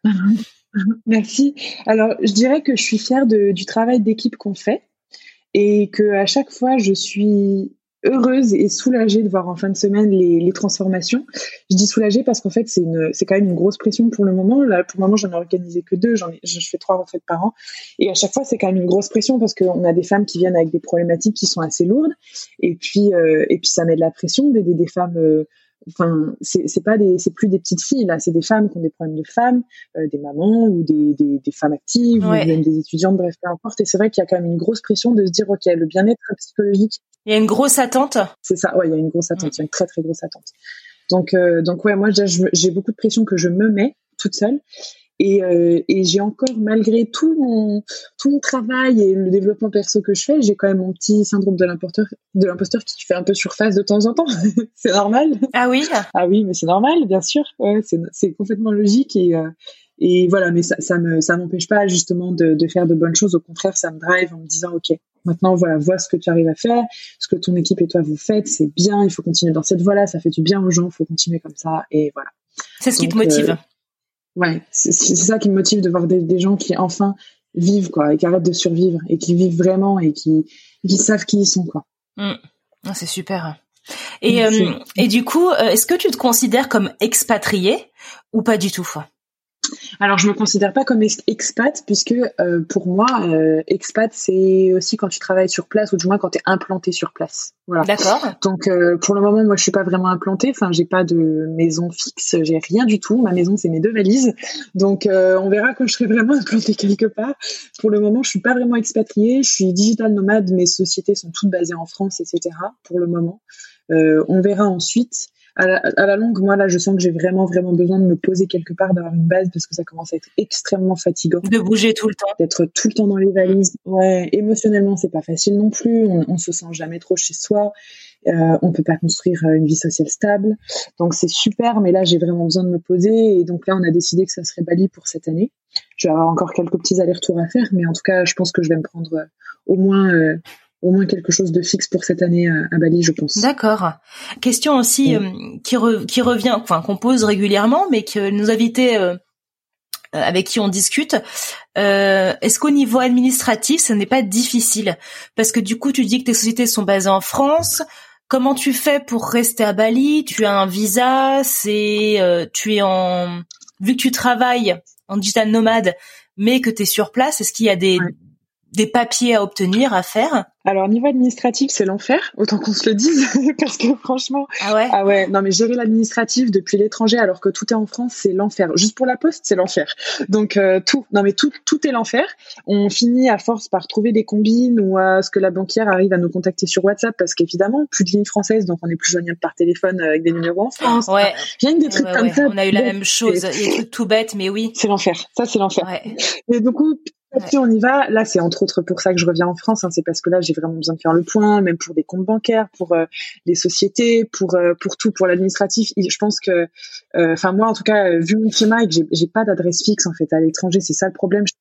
Merci. Alors je dirais que je suis fière de, du travail d'équipe qu'on fait et que à chaque fois je suis heureuse et soulagée de voir en fin de semaine les, les transformations. Je dis soulagée parce qu'en fait c'est une c'est quand même une grosse pression pour le moment. Là pour le moment j'en ai organisé que deux, j'en ai je fais trois retraites par an et à chaque fois c'est quand même une grosse pression parce qu'on a des femmes qui viennent avec des problématiques qui sont assez lourdes et puis euh, et puis ça met de la pression d'aider des femmes. Euh, Enfin, c'est, c'est pas des, c'est plus des petites filles là, c'est des femmes qui ont des problèmes de femmes, euh, des mamans ou des, des, des femmes actives, ouais. ou même des étudiantes, bref, peu importe. Et c'est vrai qu'il y a quand même une grosse pression de se dire, ok, le bien-être psychologique. Il y a une grosse attente. C'est ça, ouais, il y a une grosse attente, il y a une très très grosse attente. Donc, euh, donc ouais, moi j'ai, j'ai beaucoup de pression que je me mets toute seule. Et, euh, et j'ai encore, malgré tout mon tout mon travail et le développement perso que je fais, j'ai quand même mon petit syndrome de l'imposteur, de l'imposteur qui fait un peu surface de temps en temps. C'est normal. Ah oui. Ah oui, mais c'est normal, bien sûr. Ouais, c'est c'est complètement logique et euh, et voilà. Mais ça ça me ça m'empêche pas justement de de faire de bonnes choses. Au contraire, ça me drive en me disant ok, maintenant voilà, vois ce que tu arrives à faire, ce que ton équipe et toi vous faites, c'est bien. Il faut continuer dans cette voie-là, ça fait du bien aux gens. Il faut continuer comme ça et voilà. C'est ce qui Donc, te motive. Euh, Ouais, c'est, c'est ça qui me motive de voir des, des gens qui enfin vivent quoi, et qui arrêtent de survivre et qui vivent vraiment et qui, qui savent qui ils sont quoi. Mmh. Oh, c'est super. Et euh, et du coup, est-ce que tu te considères comme expatrié ou pas du tout? Alors, je me considère pas comme expat puisque euh, pour moi, euh, expat c'est aussi quand tu travailles sur place ou du moins quand tu es implanté sur place. Voilà. D'accord. Donc euh, pour le moment, moi je suis pas vraiment implantée. Enfin, j'ai pas de maison fixe, j'ai rien du tout. Ma maison c'est mes deux valises. Donc euh, on verra quand je serai vraiment implantée quelque part. Pour le moment, je suis pas vraiment expatriée. Je suis digital nomade. Mes sociétés sont toutes basées en France, et cetera. Pour le moment, euh, on verra ensuite. À la, à la longue, moi, là, je sens que j'ai vraiment, vraiment besoin de me poser quelque part, d'avoir une base, parce que ça commence à être extrêmement fatigant. De bouger tout le temps. D'être tout le temps dans les valises. Ouais, émotionnellement, c'est pas facile non plus. On, on se sent jamais trop chez soi. Euh, on peut pas construire une vie sociale stable. Donc, c'est super, mais là, j'ai vraiment besoin de me poser. Et donc là, on a décidé que ça serait Bali pour cette année. Je vais avoir encore quelques petits allers-retours à faire, mais en tout cas, je pense que je vais me prendre euh, au moins... Euh, au moins quelque chose de fixe pour cette année à, à Bali, je pense. D'accord. Question aussi euh, qui, re, qui revient, enfin qu'on pose régulièrement, mais que nos invités euh, avec qui on discute, euh, est-ce qu'au niveau administratif, ce n'est pas difficile? Parce que du coup, tu dis que tes sociétés sont basées en France. Comment tu fais pour rester à Bali? Tu as un visa, c'est, euh, tu es en, vu que tu travailles en digital nomade, mais que tu es sur place, est-ce qu'il y a des ouais. des papiers à obtenir, à faire? Alors, niveau administratif, c'est l'enfer, autant qu'on se le dise, parce que franchement... Ah ouais? Ah ouais, non mais gérer l'administratif depuis l'étranger alors que tout est en France, c'est l'enfer. Juste pour la poste, c'est l'enfer. Donc, euh, tout, non mais tout, tout est l'enfer. On finit à force par trouver des combines ou à ce que la banquière arrive à nous contacter sur WhatsApp parce qu'évidemment, plus de ligne française, donc on est plus joignable par téléphone avec des numéros en France. Ouais. Rien que des trucs ouais, comme ouais. ça. On a eu la même chose. Il y a des trucs tout bêtes, mais oui. C'est l'enfer. Ça, c'est l'enfer. Ouais. Mais du coup... Si on y va, là c'est entre autres pour ça que je reviens en France, hein, c'est parce que là j'ai vraiment besoin de faire le point, même pour des comptes bancaires, pour euh, les sociétés, pour euh, pour tout, pour l'administratif. Je pense que, enfin euh, moi en tout cas, vu mon schéma et que j'ai, j'ai pas d'adresse fixe en fait à l'étranger, c'est ça le problème. Je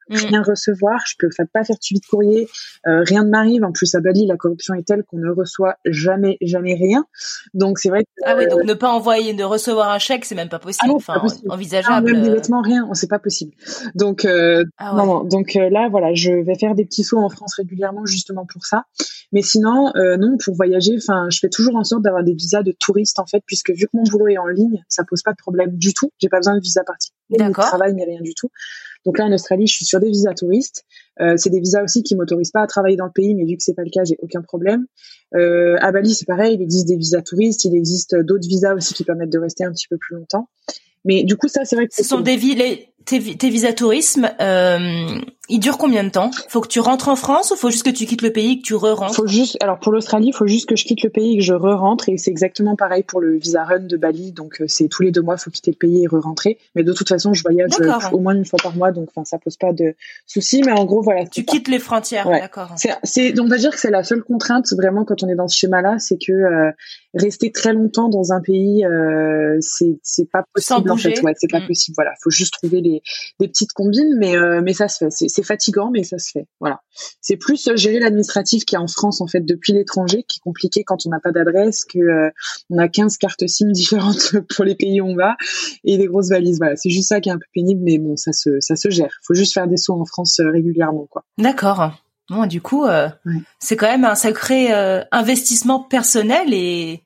rien recevoir, je peux pas faire de suivi de courrier, euh, rien ne m'arrive. En plus, à Bali, la corruption est telle qu'on ne reçoit jamais, jamais rien. Donc, c'est vrai que... Ah oui, donc ne pas envoyer, ne recevoir un chèque, c'est même pas possible. Ah non, enfin, pas possible. Envisageable. Ah, même des vêtements, rien, c'est pas possible. Donc, euh, ah ouais. non, non. Donc euh, là, voilà, je vais faire des petits sauts en France régulièrement, justement pour ça. Mais sinon, euh, non, pour voyager, enfin, je fais toujours en sorte d'avoir des visas de touriste, en fait, puisque vu que mon boulot est en ligne, ça pose pas de problème du tout. J'ai pas besoin de visa particulier, ni de travail, ni rien du tout. Donc là, en Australie, je suis sur des visas touristes. Euh, c'est des visas aussi qui m'autorisent pas à travailler dans le pays, mais vu que c'est pas le cas, j'ai aucun problème. Euh, à Bali, c'est pareil, il existe des visas touristes, il existe d'autres visas aussi qui permettent de rester un petit peu plus longtemps. Mais du coup, ça, c'est vrai que ce sont des vi- les, tes, tes visas tourisme. Euh, ils durent combien de temps ? Faut que tu rentres en France ou faut juste que tu quittes le pays, que tu re-rentres ? Faut juste. Alors pour l'Australie, il faut juste que je quitte le pays et que je re-rentre. Et c'est exactement pareil pour le visa run de Bali. Donc c'est tous les deux mois, faut quitter le pays et re-rentrer. Mais de toute façon, je voyage d'accord. au moins une fois par mois, donc enfin ça pose pas de soucis. Mais en gros, voilà. Tu quittes les frontières, ouais. D'accord. C'est, c'est, donc on va dire que c'est la seule contrainte vraiment quand on est dans ce schéma-là, c'est que euh, rester très longtemps dans un pays, euh, c'est c'est pas possible en fait. Ouais, c'est pas mmh. possible. Voilà, faut juste trouver les des petites combines, mais euh, mais ça se fait. C'est, c'est fatigant, mais ça se fait. Voilà. C'est plus euh, gérer l'administratif qui est en France en fait depuis l'étranger, qui est compliqué quand on n'a pas d'adresse, que euh, on a quinze cartes SIM différentes pour les pays où on va et des grosses valises. Voilà, c'est juste ça qui est un peu pénible, mais bon, ça se ça se gère. Faut juste faire des sauts en France euh, régulièrement, quoi. D'accord. Bon, du coup, euh, ouais. c'est quand même un sacré euh, investissement personnel et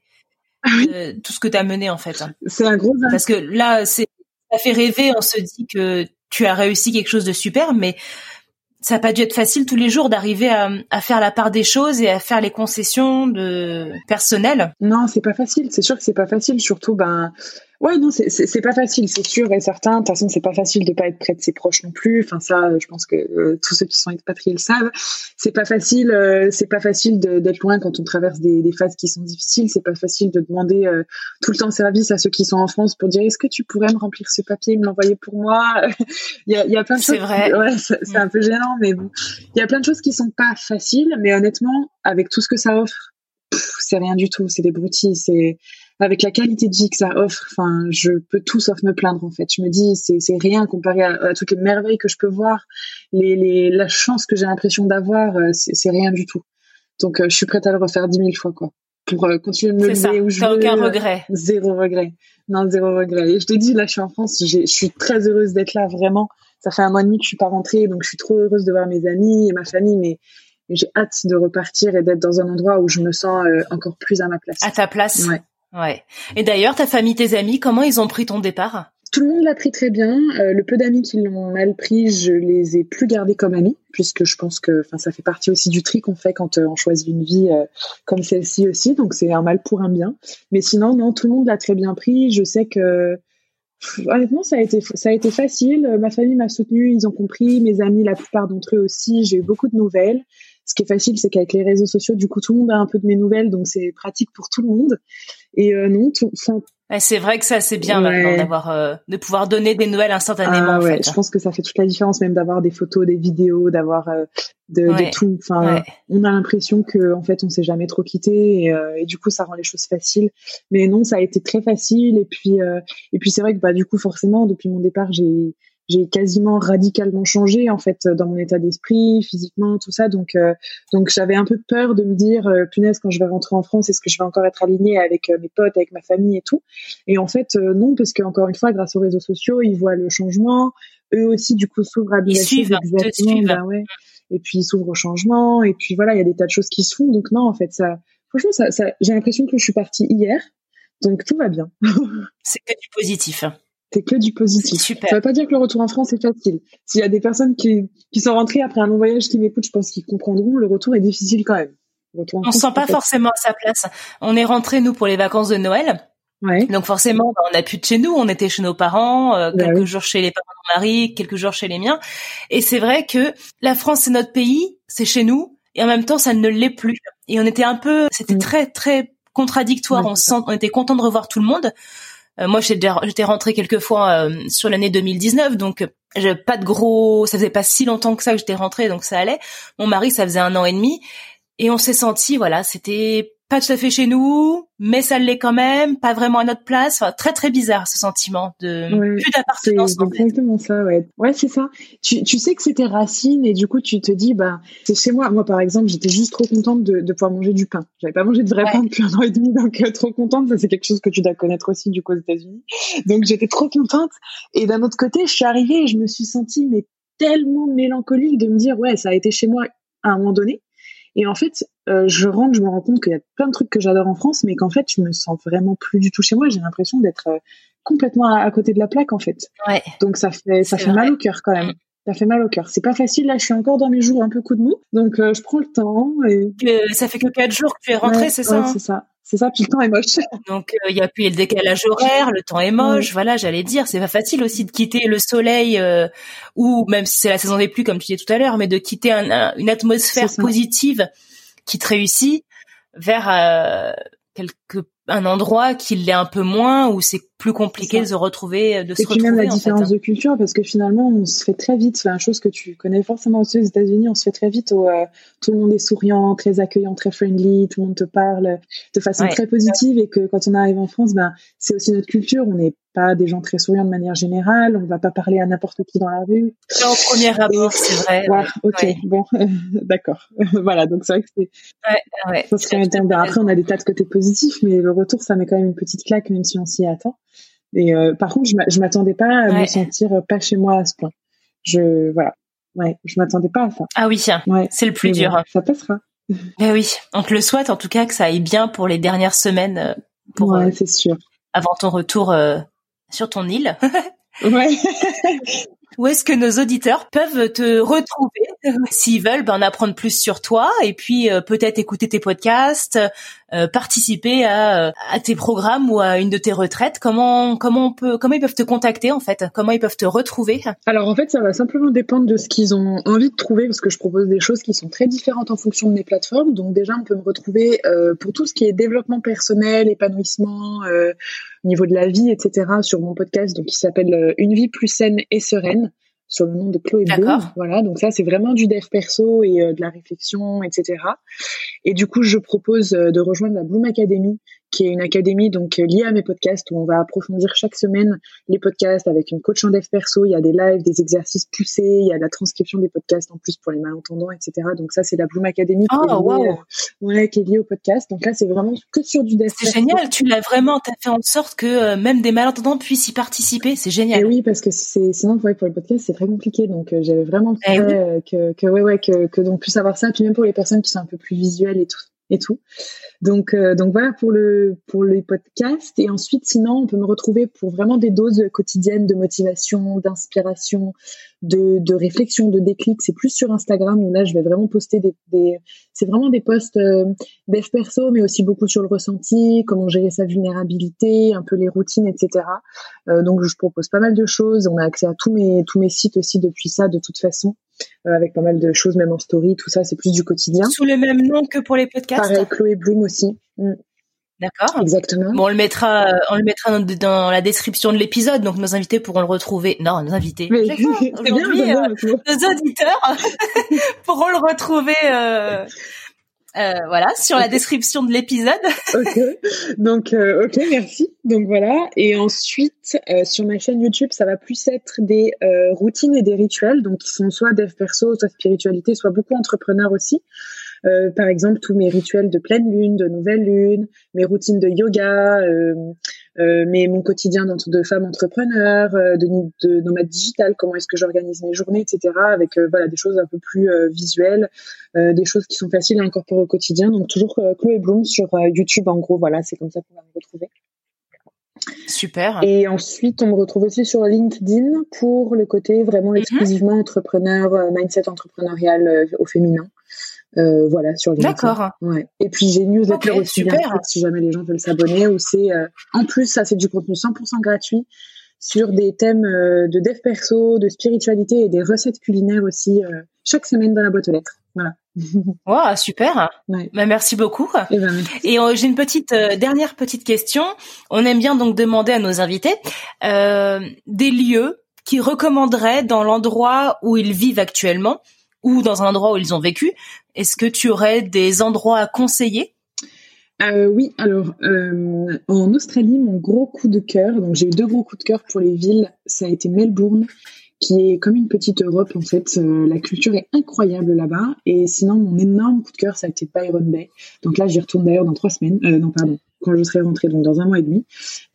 euh, tout ce que tu as mené en fait. C'est un gros. Parce que là, c'est ça fait rêver. On se dit que tu as réussi quelque chose de super, mais ça n'a pas dû être facile tous les jours d'arriver à, à faire la part des choses et à faire les concessions de personnel. Non, c'est pas facile. C'est sûr que c'est pas facile. Surtout, ben, ouais, non, c'est, c'est, c'est pas facile, c'est sûr et certain. De toute façon, c'est pas facile de pas être près de ses proches non plus. Enfin, ça, je pense que euh, tous ceux qui sont expatriés le savent. C'est pas facile, euh, c'est pas facile de, d'être loin quand on traverse des, des phases qui sont difficiles. C'est pas facile de demander euh, tout le temps service à ceux qui sont en France pour dire est-ce que tu pourrais me remplir ce papier, me l'envoyer pour moi. Il y a, il y a plein de c'est choses. Vrai. Ouais, c'est, c'est un peu gênant, mais bon, il y a plein de choses qui sont pas faciles. Mais honnêtement, avec tout ce que ça offre, pff, c'est rien du tout. C'est des broutilles. C'est avec la qualité de vie que ça offre, enfin, je peux tout sauf me plaindre en fait. Je me dis, c'est c'est rien comparé à, à toutes les merveilles que je peux voir, les les la chance que j'ai l'impression d'avoir, c'est c'est rien du tout. Donc, euh, je suis prête à le refaire dix mille fois quoi, pour euh, continuer de me c'est lever ça. où je T'as veux. Aucun regret. Euh, zéro regret. Non, zéro regret. Et je te dis, là, je suis en France, j'ai, je suis très heureuse d'être là, vraiment. Ça fait un mois et demi que je suis pas rentrée, donc je suis trop heureuse de voir mes amis et ma famille, mais j'ai hâte de repartir et d'être dans un endroit où je me sens euh, encore plus à ma place. À ta place. Ouais. Ouais. Et d'ailleurs, ta famille, tes amis, comment ils ont pris ton départ ? Tout le monde l'a pris très bien. Euh, le peu d'amis qui l'ont mal pris, je les ai plus gardés comme amis, puisque je pense que, enfin, ça fait partie aussi du tri qu'on fait quand euh, on choisit une vie euh, comme celle-ci aussi. Donc c'est un mal pour un bien. Mais sinon, non, tout le monde l'a très bien pris. Je sais que, pff, honnêtement, ça a été, ça a été facile. Ma famille m'a soutenue, ils ont compris. Mes amis, la plupart d'entre eux aussi. J'ai eu beaucoup de nouvelles. Ce qui est facile, c'est qu'avec les réseaux sociaux, du coup, tout le monde a un peu de mes nouvelles, donc c'est pratique pour tout le monde. Et euh, non, tout, ça... C'est vrai que ça, c'est bien ouais. maintenant d'avoir, euh, de pouvoir donner des nouvelles instantanément. Ah, en ouais, fait. Je pense que ça fait toute la différence, même d'avoir des photos, des vidéos, d'avoir euh, de, ouais. de tout. Enfin, ouais. on a l'impression que en fait, on s'est jamais trop quitté, et, euh, et du coup, ça rend les choses faciles. Mais non, ça a été très facile. Et puis, euh, et puis, c'est vrai que bah du coup, forcément, depuis mon départ, j'ai j'ai quasiment radicalement changé en fait dans mon état d'esprit, physiquement, tout ça. Donc, euh, donc j'avais un peu peur de me dire, euh, punaise, quand je vais rentrer en France, est-ce que je vais encore être alignée avec euh, mes potes, avec ma famille et tout. Et en fait, euh, non, parce que encore une fois, grâce aux réseaux sociaux, ils voient le changement. Eux aussi, du coup, s'ouvrent à des choses exactement. Bah ouais. Et puis ils s'ouvrent au changement. Et puis voilà, il y a des tas de choses qui se font. Donc non, en fait, ça, franchement, ça, ça, j'ai l'impression que je suis partie hier. Donc tout va bien. C'est que du positif. C'est que du positif. Super. Ça veut pas dire que le retour en France est facile. S'il y a des personnes qui, qui sont rentrées après un long voyage qui m'écoutent, je pense qu'ils comprendront. Le retour est difficile quand même. Le retour en on France, se sent pas forcément à sa place. On est rentrés, nous, pour les vacances de Noël. Ouais. Donc forcément, bah, on n'a plus de chez nous. On était chez nos parents, euh, bah quelques oui. jours chez les parents de mon mari, quelques jours chez les miens. Et c'est vrai que la France, c'est notre pays, c'est chez nous. Et en même temps, ça ne l'est plus. Et on était un peu, c'était mmh. très, très contradictoire. Ouais, on, sent, on était content de revoir tout le monde. Euh, moi, j'étais, j'étais rentrée quelques fois euh, sur l'année deux mille dix-neuf, donc j'avais pas de gros, ça faisait pas si longtemps que ça que j'étais rentrée, donc ça allait. Mon mari, ça faisait un an et demi, et on s'est senti, voilà, c'était pas tout à fait chez nous, mais ça l'est quand même, pas vraiment à notre place. Enfin, très très bizarre ce sentiment de Ouais, plus d'appartenance. c'est exactement ça, ouais. Ouais, c'est ça. Tu, tu sais que c'est tes racines et du coup tu te dis bah c'est chez moi. Moi par exemple, j'étais juste trop contente de, de pouvoir manger du pain. J'avais pas mangé de vrai Ouais. pain depuis un an et demi, donc euh, trop contente. Ça c'est quelque chose que tu dois connaître aussi du coup aux États-Unis. Donc j'étais trop contente. Et d'un autre côté, je suis arrivée et je me suis sentie mais tellement mélancolique de me dire ouais ça a été chez moi à un moment donné. Et en fait, euh, je rentre, je me rends compte qu'il y a plein de trucs que j'adore en France, mais qu'en fait, je me sens vraiment plus du tout chez moi. J'ai l'impression d'être euh, complètement à, à côté de la plaque, en fait. Ouais. Donc ça fait ça C'est fait vrai. mal au cœur quand même. Mmh. Ça fait mal au cœur. C'est pas facile. Là, je suis encore dans mes jours un peu coup de mou, donc euh, je prends le temps. Et... Que, ça fait que quatre jours que tu es rentrée, ouais, c'est ouais, ça. Hein c'est ça. C'est ça. Puis le temps est moche. Donc il euh, y a puis le décalage horaire, le temps est moche. Ouais. Voilà, j'allais dire, c'est pas facile aussi de quitter le soleil euh, ou même si c'est la saison des pluies comme tu disais tout à l'heure, mais de quitter un, un, une atmosphère positive qui te réussit vers euh, quelque un endroit qui l'est un peu moins, où c'est plus compliqué de se retrouver, de et se retrouver. Et puis même la différence fait, hein. de culture, parce que finalement, on se fait très vite, c'est une chose que tu connais forcément aussi aux États-Unis, on se fait très vite où euh, tout le monde est souriant, très accueillant, très friendly, tout le monde te parle de façon ouais. très positive, et que quand on arrive en France, ben c'est aussi notre culture, on n'est pas des gens très souriants de manière générale, on va pas parler à n'importe qui dans la rue. C'est au premier abord, c'est vrai. Ouais, ouais. ok, ouais. bon, d'accord. Voilà, donc c'est vrai que c'est... Ouais, ouais. Ça serait ben, après, on a des tas de côtés positifs, mais le retour, ça met quand même une petite claque, même si on s'y attend. Et euh, par contre, je m'attendais pas à ouais. me sentir pas chez moi à ce point. Je voilà, ouais, je m'attendais pas à ça. Ah oui, ouais. C'est le plus mais dur. Bon, ça passera. Ben oui, on te le souhaite en tout cas que ça aille bien pour les dernières semaines. Pour, ouais, euh, c'est sûr. Avant ton retour euh, sur ton île. Ouais. Où est-ce que nos auditeurs peuvent te retrouver s'ils veulent ben, en apprendre plus sur toi et puis euh, peut-être écouter tes podcasts, euh, participer à, à tes programmes ou à une de tes retraites. Comment comment on peut comment ils peuvent te contacter en fait? Comment ils peuvent te retrouver? Alors en fait, ça va simplement dépendre de ce qu'ils ont envie de trouver parce que je propose des choses qui sont très différentes en fonction de mes plateformes. Donc déjà, on peut me retrouver euh, pour tout ce qui est développement personnel, épanouissement, euh, au niveau de la vie, et cetera sur mon podcast donc qui s'appelle euh, Une vie plus saine et sereine sur le nom de Chloé Bloom. Voilà, donc ça c'est vraiment du dev perso et euh, de la réflexion, et cetera. Et du coup, je propose euh, de rejoindre la Bloom Academy, qui est une académie donc euh, liée à mes podcasts où on va approfondir chaque semaine les podcasts avec une coach en dev perso. Il y a des lives, des exercices poussés, il y a la transcription des podcasts en plus pour les malentendants, et cetera. Donc ça c'est la Bloom Academy oh, qui, est liée, wow. euh, ouais, qui est liée au podcast. Donc là c'est vraiment que sur du dev c'est perso. C'est génial, tu l'as vraiment, t'as fait en sorte que euh, même des malentendants puissent y participer. C'est génial. Et oui, parce que c'est sinon ouais, pour les podcasts c'est très compliqué. Donc euh, j'avais vraiment fait eh oui. euh, que que ouais ouais que que donc puisse avoir ça. Puis même pour les personnes qui sont un peu plus visuelles et tout. et tout. Donc euh, donc voilà pour le pour les podcasts et ensuite sinon on peut me retrouver pour vraiment des doses quotidiennes de motivation, d'inspiration, de de réflexion, de déclic, c'est plus sur Instagram où là je vais vraiment poster des des c'est vraiment des posts euh, dev perso mais aussi beaucoup sur le ressenti, comment gérer sa vulnérabilité, un peu les routines, et cetera. Euh, donc je propose pas mal de choses, on a accès à tous mes tous mes sites aussi depuis ça de toute façon. Euh, avec pas mal de choses, même en story, tout ça, c'est plus du quotidien. Sous le même nom que pour les podcasts. Pareil, Chloé Bloom aussi. Mm. D'accord. Exactement. Bon, on le mettra, on le mettra dans, dans la description de l'épisode, donc nos invités pourront le retrouver. Non, nos invités. Mais c'est bien, c'est bien, euh, nos auditeurs pourront le retrouver. Euh, Euh, voilà, sur okay. la description de l'épisode. Ok, donc euh, ok, merci. Donc voilà, et ensuite euh, sur ma chaîne YouTube, ça va plus être des euh, routines et des rituels, donc qui sont soit dev perso, soit spiritualité, soit beaucoup entrepreneurs aussi. Euh, par exemple, tous mes rituels de pleine lune, de nouvelle lune, mes routines de yoga, euh, euh, mes, mon quotidien de femme entrepreneur, euh, de, de nomade digital, comment est-ce que j'organise mes journées, et cetera. Avec euh, voilà des choses un peu plus euh, visuelles, euh, des choses qui sont faciles à incorporer au quotidien. Donc toujours euh, Chloé Bloom sur euh, YouTube, en gros, voilà, c'est comme ça qu'on va me retrouver. Super. Et ensuite, on me retrouve aussi sur LinkedIn pour le côté vraiment exclusivement mm-hmm. entrepreneur, euh, mindset entrepreneurial euh, au féminin. Euh, voilà, sur LinkedIn. D'accord. Ouais. Et puis j'ai une newsletter okay, aussi, super. Bien, en fait, si jamais les gens veulent s'abonner, où c'est, euh, en plus, ça c'est du contenu cent pour cent gratuit sur des thèmes euh, de dev perso, de spiritualité et des recettes culinaires aussi, euh, chaque semaine dans la boîte aux lettres. Voilà. Wow, super. Ouais. Bah, merci beaucoup. Et, ben, et euh, j'ai une petite euh, dernière petite question. On aime bien donc demander à nos invités euh, des lieux qu'ils recommanderaient dans l'endroit où ils vivent actuellement ou dans un endroit où ils ont vécu. Est-ce que tu aurais des endroits à conseiller? Euh, oui, alors euh, en Australie, mon gros coup de cœur, donc j'ai eu deux gros coups de cœur pour les villes, ça a été Melbourne, qui est comme une petite Europe en fait. Euh, la culture est incroyable là-bas. Et sinon, mon énorme coup de cœur, ça a été Byron Bay. Donc là, j'y retourne d'ailleurs dans trois semaines. Euh, non, pardon, quand je serai rentrée, donc dans un mois et demi.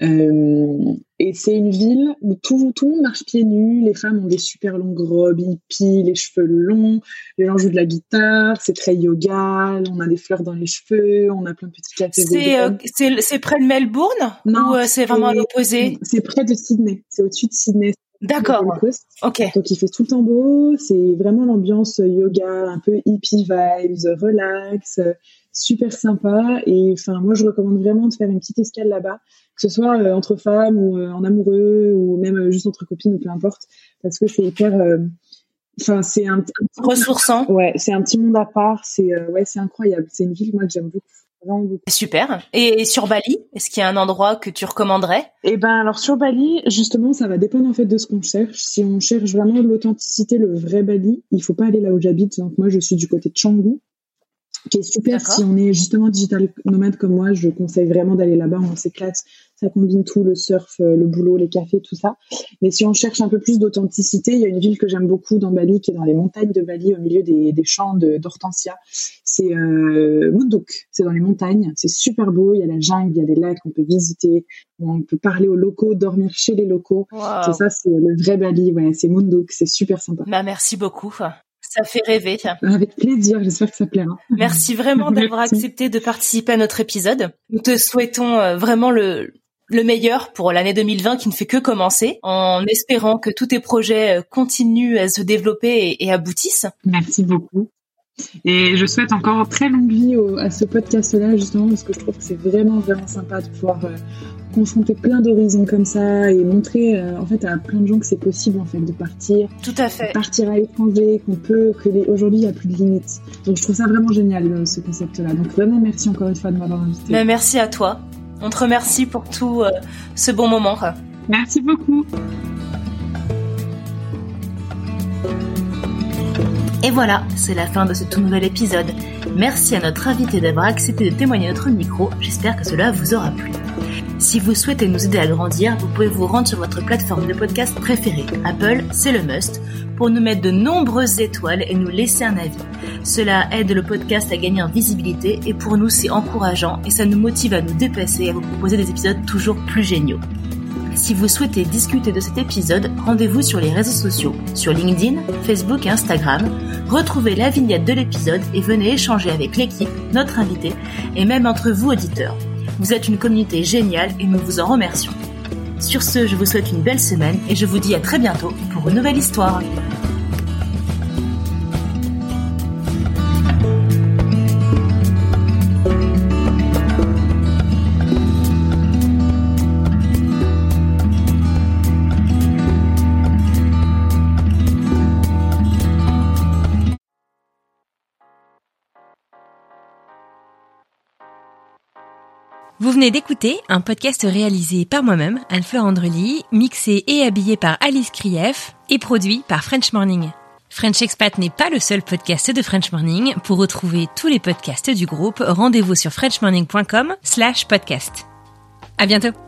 Euh, et c'est une ville où tout, tout le monde marche pieds nus. Les femmes ont des super longues robes hippies, les cheveux longs. Les gens jouent de la guitare. C'est très yoga. On a des fleurs dans les cheveux. On a plein de petits cafés. C'est, euh, c'est, c'est près de Melbourne? Non, ou euh, c'est vraiment à l'opposé? C'est près de Sydney. C'est au-dessus de Sydney. D'accord. Ok. Donc il fait tout le temps beau, c'est vraiment l'ambiance yoga, un peu hippie vibes, relax, super sympa. Et enfin moi je recommande vraiment de faire une petite escale là-bas, que ce soit euh, entre femmes ou euh, en amoureux ou même euh, juste entre copines ou peu importe, parce que c'est hyper. Enfin euh, c'est un, un ressourçant. Ouais, c'est un petit monde à part. C'est euh, ouais c'est incroyable. C'est une ville moi que j'aime beaucoup. Super. Et sur Bali, est-ce qu'il y a un endroit que tu recommanderais? Eh ben, alors sur Bali, justement, ça va dépendre en fait de ce qu'on cherche. Si on cherche vraiment l'authenticité, le vrai Bali, il faut pas aller là où j'habite. Donc moi, je suis du côté de Canggu, qui est super. D'accord. Si on est justement digital nomade comme moi, je conseille vraiment d'aller là-bas. On s'éclate. Ça combine tout, le surf, le boulot, les cafés, tout ça. Mais si on cherche un peu plus d'authenticité, il y a une ville que j'aime beaucoup dans Bali, qui est dans les montagnes de Bali, au milieu des, des champs de, d'hortensia. C'est euh, Munduk. C'est dans les montagnes. C'est super beau. Il y a la jungle, il y a des lacs qu'on peut visiter. On peut parler aux locaux, dormir chez les locaux. Wow. C'est ça, c'est le vrai Bali. Ouais, c'est Munduk. C'est super sympa. Bah, merci beaucoup. Ça fait rêver. Avec plaisir, j'espère que ça plaira. Merci vraiment d'avoir merci. accepté de participer à notre épisode. Nous te souhaitons vraiment le... le meilleur pour l'année deux mille vingt qui ne fait que commencer, en espérant que tous tes projets continuent à se développer et, et aboutissent. Merci beaucoup. Et je souhaite encore très longue vie au, à ce podcast-là, justement, parce que je trouve que c'est vraiment, vraiment sympa de pouvoir euh, confronter plein d'horizons comme ça et montrer, euh, en fait, à plein de gens que c'est possible, en fait, de partir. Tout à fait. De partir à l'étranger, qu'on peut, que les, aujourd'hui, il n'y a plus de limites. Donc, je trouve ça vraiment génial, ce concept-là. Donc, vraiment, merci encore une fois de m'avoir invité. Mais merci à toi. On te remercie pour tout euh, ce bon moment. Merci beaucoup. Et voilà, c'est la fin de ce tout nouvel épisode. Merci à notre invité d'avoir accepté de témoigner à notre micro. J'espère que cela vous aura plu. Si vous souhaitez nous aider à grandir, vous pouvez vous rendre sur votre plateforme de podcast préférée. Apple, c'est le must, pour nous mettre de nombreuses étoiles et nous laisser un avis. Cela aide le podcast à gagner en visibilité et pour nous, c'est encourageant et ça nous motive à nous dépasser et à vous proposer des épisodes toujours plus géniaux. Si vous souhaitez discuter de cet épisode, rendez-vous sur les réseaux sociaux, sur LinkedIn, Facebook et Instagram. Retrouvez la vignette de l'épisode et venez échanger avec l'équipe, notre invité et même entre vous auditeurs. Vous êtes une communauté géniale et nous vous en remercions. Sur ce, je vous souhaite une belle semaine et je vous dis à très bientôt pour une nouvelle histoire. Vous venez d'écouter un podcast réalisé par moi-même, Anne-Fleur Andrely, mixé et habillé par Alice Krief et produit par French Morning. French Expat n'est pas le seul podcast de French Morning. Pour retrouver tous les podcasts du groupe, rendez-vous sur french morning point com slash podcast. À bientôt.